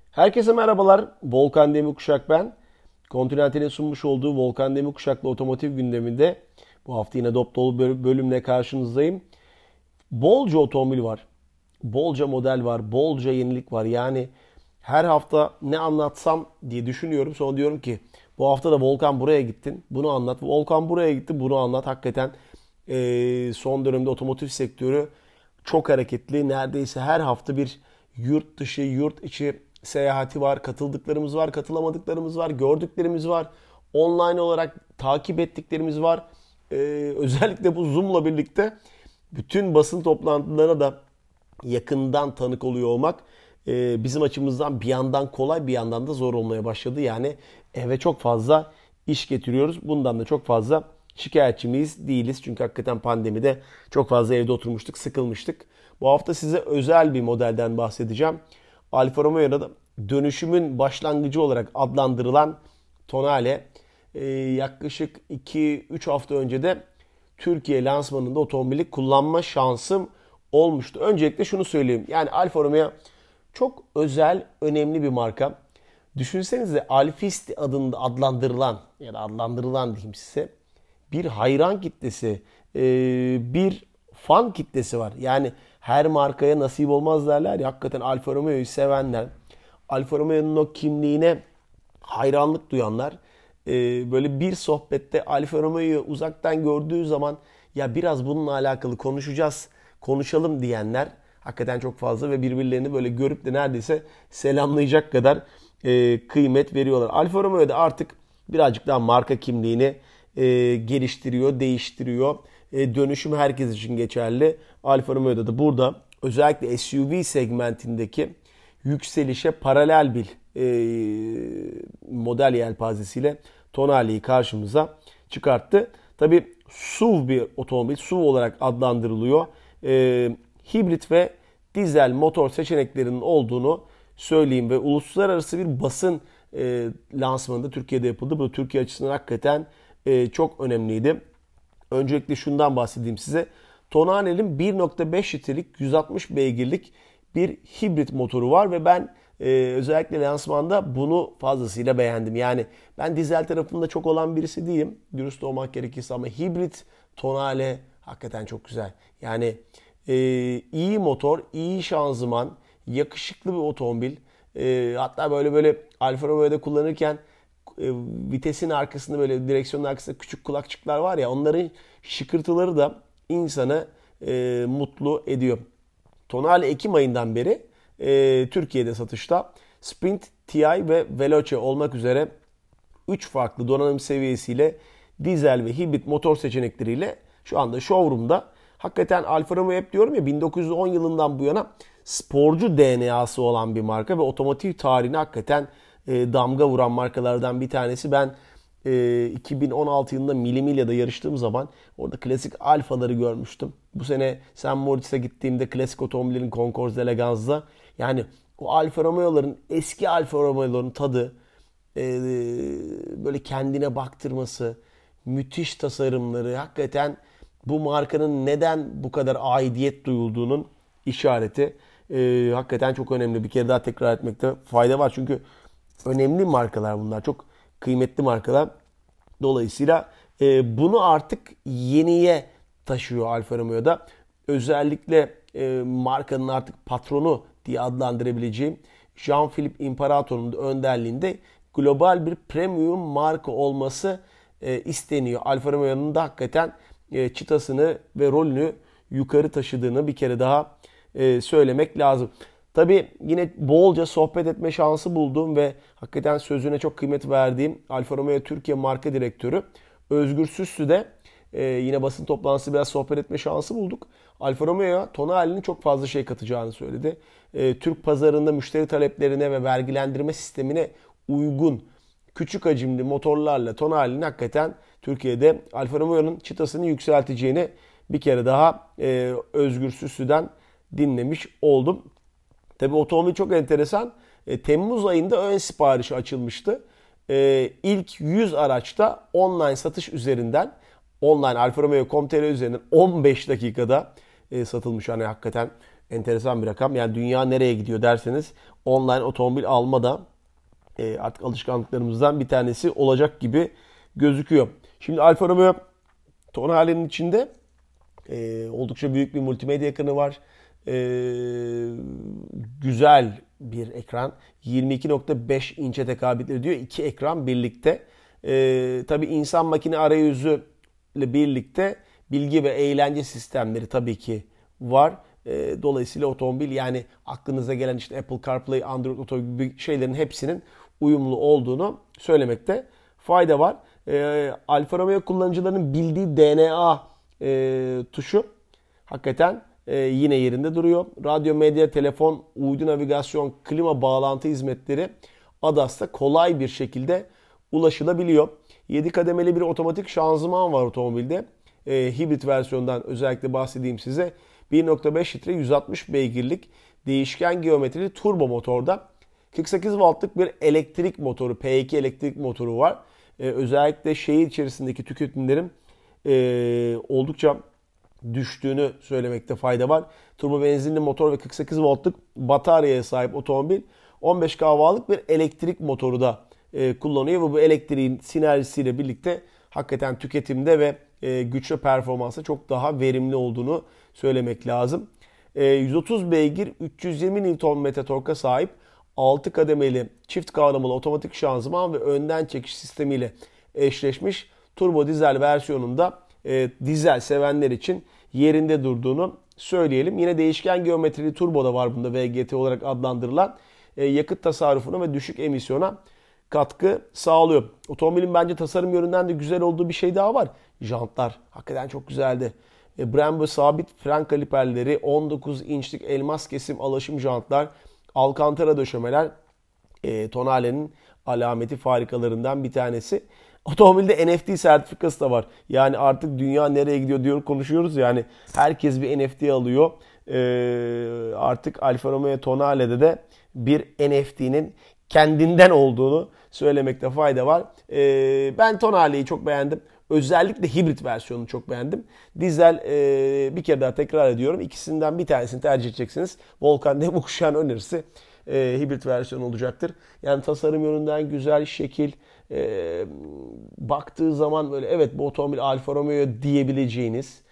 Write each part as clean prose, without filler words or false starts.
Herkese merhabalar. Volkan Demirkuşak ben. Continental'in sunmuş olduğu Volkan Demirkuşak'la otomotiv gündeminde bu hafta yine dop dolu bölümle karşınızdayım. Bolca otomobil var. Bolca model var. Bolca yenilik var. Yani her hafta ne anlatsam diye düşünüyorum. Sonra diyorum ki bu hafta da Volkan buraya gittin. Bunu anlat. Volkan buraya gitti. Bunu anlat. Hakikaten son dönemde otomotiv sektörü çok hareketli. Neredeyse her hafta bir yurt dışı, yurt içi seyahati var. Katıldıklarımız var, katılamadıklarımız var, gördüklerimiz var. Online olarak takip ettiklerimiz var. Özellikle bu Zoom'la birlikte bütün basın toplantılarına da yakından tanık oluyor olmak bizim açımızdan bir yandan kolay bir yandan da zor olmaya başladı. Yani eve çok fazla iş getiriyoruz. Bundan da çok fazla şikayetçi miyiz? Değiliz. Çünkü hakikaten pandemide çok fazla evde oturmuştuk, sıkılmıştık. Bu hafta size özel bir modelden bahsedeceğim. Alfa Romeo'da da dönüşümün başlangıcı olarak adlandırılan Tonale yaklaşık 2-3 hafta önce de Türkiye lansmanında otomobili kullanma şansım olmuştu. Öncelikle şunu söyleyeyim. Yani Alfa Romeo çok özel, önemli bir marka. Düşünsenize Alfisti adında adlandırılan ya da adlandırılan diyeyim size bir hayran kitlesi, bir fan kitlesi var. Yani her markaya nasip olmaz derler ya. Hakikaten Alfa Romeo'yu sevenler, Alfa Romeo'nun o kimliğine hayranlık duyanlar, böyle bir sohbette Alfa Romeo'yu uzaktan gördüğü zaman ya biraz bununla alakalı konuşacağız, konuşalım diyenler hakikaten çok fazla ve birbirlerini böyle görüp de neredeyse selamlayacak kadar kıymet veriyorlar. Alfa Romeo da artık birazcık daha marka kimliğini geliştiriyor, değiştiriyor. Dönüşüm herkes için geçerli. Alfa Romeo'da da burada özellikle SUV segmentindeki yükselişe paralel bir model yelpazesiyle Tonale'yi karşımıza çıkarttı. Tabi SUV bir otomobil, SUV olarak adlandırılıyor. Hibrit ve dizel motor seçeneklerinin olduğunu söyleyeyim ve uluslararası bir basın lansmanında Türkiye'de yapıldı. Bu Türkiye açısından hakikaten çok önemliydi. Öncelikle şundan bahsedeyim size. Tonale'nin 1.5 litrelik 160 beygirlik bir hibrit motoru var ve ben özellikle lansmanda bunu fazlasıyla beğendim. Yani ben dizel tarafında çok olan birisi değilim. Dürüst olmak gerekirse ama hibrit Tonale hakikaten çok güzel. Yani iyi motor, iyi şanzıman, yakışıklı bir otomobil. Hatta böyle Alfa Romeo'da kullanırken vitesin arkasında böyle direksiyonun arkasında küçük kulakçıklar var ya onların şıkırtıları da insanı mutlu ediyor. Tonale Ekim ayından beri Türkiye'de satışta. Sprint, TI ve Veloce olmak üzere 3 farklı donanım seviyesiyle dizel ve hibrit motor seçenekleriyle şu anda showroom'da. Hakikaten Alfa Romeo hep diyorum ya 1910 yılından bu yana sporcu DNA'sı olan bir marka ve otomotiv tarihine hakikaten damga vuran markalardan bir tanesi. Ben 2016 yılında Millimilya'da yarıştığım zaman orada klasik Alfa'ları görmüştüm. Bu sene St. Moritz'e gittiğimde klasik otomobillerin Concours Elegance'da yani o Alfa Romeo'ların eski Alfa Romeo'ların tadı böyle kendine baktırması, müthiş tasarımları hakikaten bu markanın neden bu kadar aidiyet duyulduğunun işareti. Hakikaten çok önemli. Bir kere daha tekrar etmekte fayda var. Çünkü önemli markalar bunlar. Çok kıymetli markalar. Dolayısıyla bunu artık yeniye taşıyor Alfa Romeo'da. Özellikle markanın artık patronu diye adlandırabileceğim Jean-Philippe Imperator'un da önderliğinde global bir premium marka olması isteniyor. Alfa Romeo'nun da hakikaten çıtasını ve rolünü yukarı taşıdığını bir kere daha söylemek lazım. Tabii yine bolca sohbet etme şansı bulduğum ve hakikaten sözüne çok kıymet verdiğim Alfa Romeo Türkiye Marka Direktörü Özgür Süslü de yine basın toplantısı biraz sohbet etme şansı bulduk. Alfa Romeo'ya Tonale'nin çok fazla şey katacağını söyledi. Türk pazarında müşteri taleplerine ve vergilendirme sistemine uygun küçük hacimli motorlarla Tonale'nin hakikaten Türkiye'de Alfa Romeo'nun çıtasını yükselteceğini bir kere daha Özgür Süslü'den dinlemiş oldum. Tabi otomobil çok enteresan. Temmuz ayında ön siparişi açılmıştı. İlk 100 araçta online satış üzerinden online Alfa Romeo.com.tr üzerinden 15 dakikada satılmış. Hani hakikaten enteresan bir rakam. Yani dünya nereye gidiyor derseniz online otomobil alma da artık alışkanlıklarımızdan bir tanesi olacak gibi gözüküyor. Şimdi Alfa Romeo Tonale'nin içinde oldukça büyük bir multimedya ekranı var. E, Güzel bir ekran. 22.5 inçe tekabül ediyor. İki ekran birlikte. Tabii insan makine arayüzü ile birlikte bilgi ve eğlence sistemleri tabii ki var. Dolayısıyla otomobil, yani aklınıza gelen işte Apple CarPlay, Android Auto gibi şeylerin hepsinin uyumlu olduğunu söylemekte fayda var. Alfa Romeo kullanıcılarının bildiği DNA tuşu hakikaten yine yerinde duruyor. Radyo, medya, telefon, uydu navigasyon, klima bağlantı hizmetleri ADAS'ta kolay bir şekilde ulaşılabiliyor. 7 kademeli bir otomatik şanzıman var otomobilde. Hibrit versiyondan özellikle bahsedeyim size. 1.5 litre 160 beygirlik değişken geometrili turbo motorda 48 wattlık bir elektrik motoru, P2 elektrik motoru var. Özellikle şehir içerisindeki tüketimlerin oldukça düştüğünü söylemekte fayda var. Turbo benzinli motor ve 48 voltluk bataryaya sahip otomobil 15 kW'lık bir elektrik motoru da kullanıyor ve bu elektriğin sinerjisiyle birlikte hakikaten tüketimde ve güç ve performansa çok daha verimli olduğunu söylemek lazım. 130 beygir 320 Nm torka sahip 6 kademeli çift kavramalı otomatik şanzıman ve önden çekiş sistemiyle eşleşmiş turbo dizel versiyonunda dizel sevenler için yerinde durduğunu söyleyelim. Yine değişken geometrili turbo da var bunda, VGT olarak adlandırılan, yakıt tasarrufuna ve düşük emisyona katkı sağlıyor. Otomobilin bence tasarım yönünden de güzel olduğu bir şey daha var. Jantlar hakikaten çok güzeldi. Brembo sabit fren kaliperleri, 19 inçlik elmas kesim alaşım jantlar, Alcantara döşemeler Tonale'nin alameti farikalarından bir tanesi. Otomobilde NFT sertifikası da var. Yani artık dünya nereye gidiyor diyor konuşuyoruz. Yani herkes bir NFT alıyor. Artık Alfa Romeo Tonale'de de bir NFT'nin kendinden olduğunu söylemekte fayda var. Ben Tonale'yi çok beğendim. Özellikle hibrit versiyonunu çok beğendim. Dizel, bir kere daha tekrar ediyorum, İkisinden bir tanesini tercih edeceksiniz. Volkan Demirkuşak'ın önerisi hibrit versiyon olacaktır. Yani tasarım yönünden güzel, şekil, baktığı zaman böyle evet bu otomobil Alfa Romeo diyebileceğiniz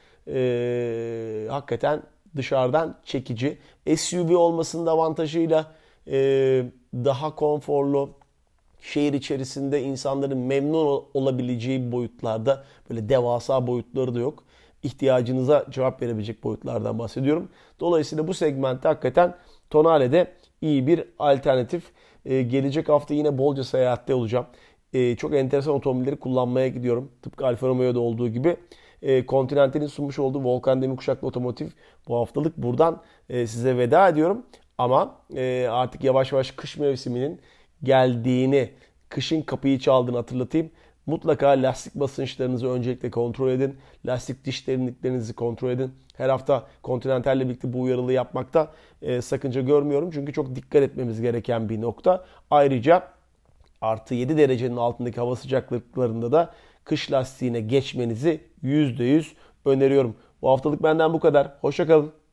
hakikaten dışarıdan çekici. SUV olmasının avantajıyla daha konforlu, şehir içerisinde insanların memnun olabileceği boyutlarda, böyle devasa boyutları da yok. İhtiyacınıza cevap verebilecek boyutlardan bahsediyorum. Dolayısıyla bu segmentte hakikaten Tonale'de iyi bir alternatif. Gelecek hafta yine bolca seyahatte olacağım. Çok enteresan otomobilleri kullanmaya gidiyorum. Tıpkı Alfa Romeo'da olduğu gibi. Continental'in sunmuş olduğu Volkan Demirkuşak'la otomotiv bu haftalık buradan size veda ediyorum. Ama artık yavaş yavaş kış mevsiminin geldiğini, kışın kapıyı çaldığını hatırlatayım. Mutlaka lastik basınçlarınızı öncelikle kontrol edin. Lastik diş derinliklerinizi kontrol edin. Her hafta Continental ile birlikte bu uyarılı yapmakta sakınca görmüyorum. Çünkü çok dikkat etmemiz gereken bir nokta. Ayrıca artı 7 derecenin altındaki hava sıcaklıklarında da kış lastiğine geçmenizi %100 öneriyorum. Bu haftalık benden bu kadar. Hoşça kalın.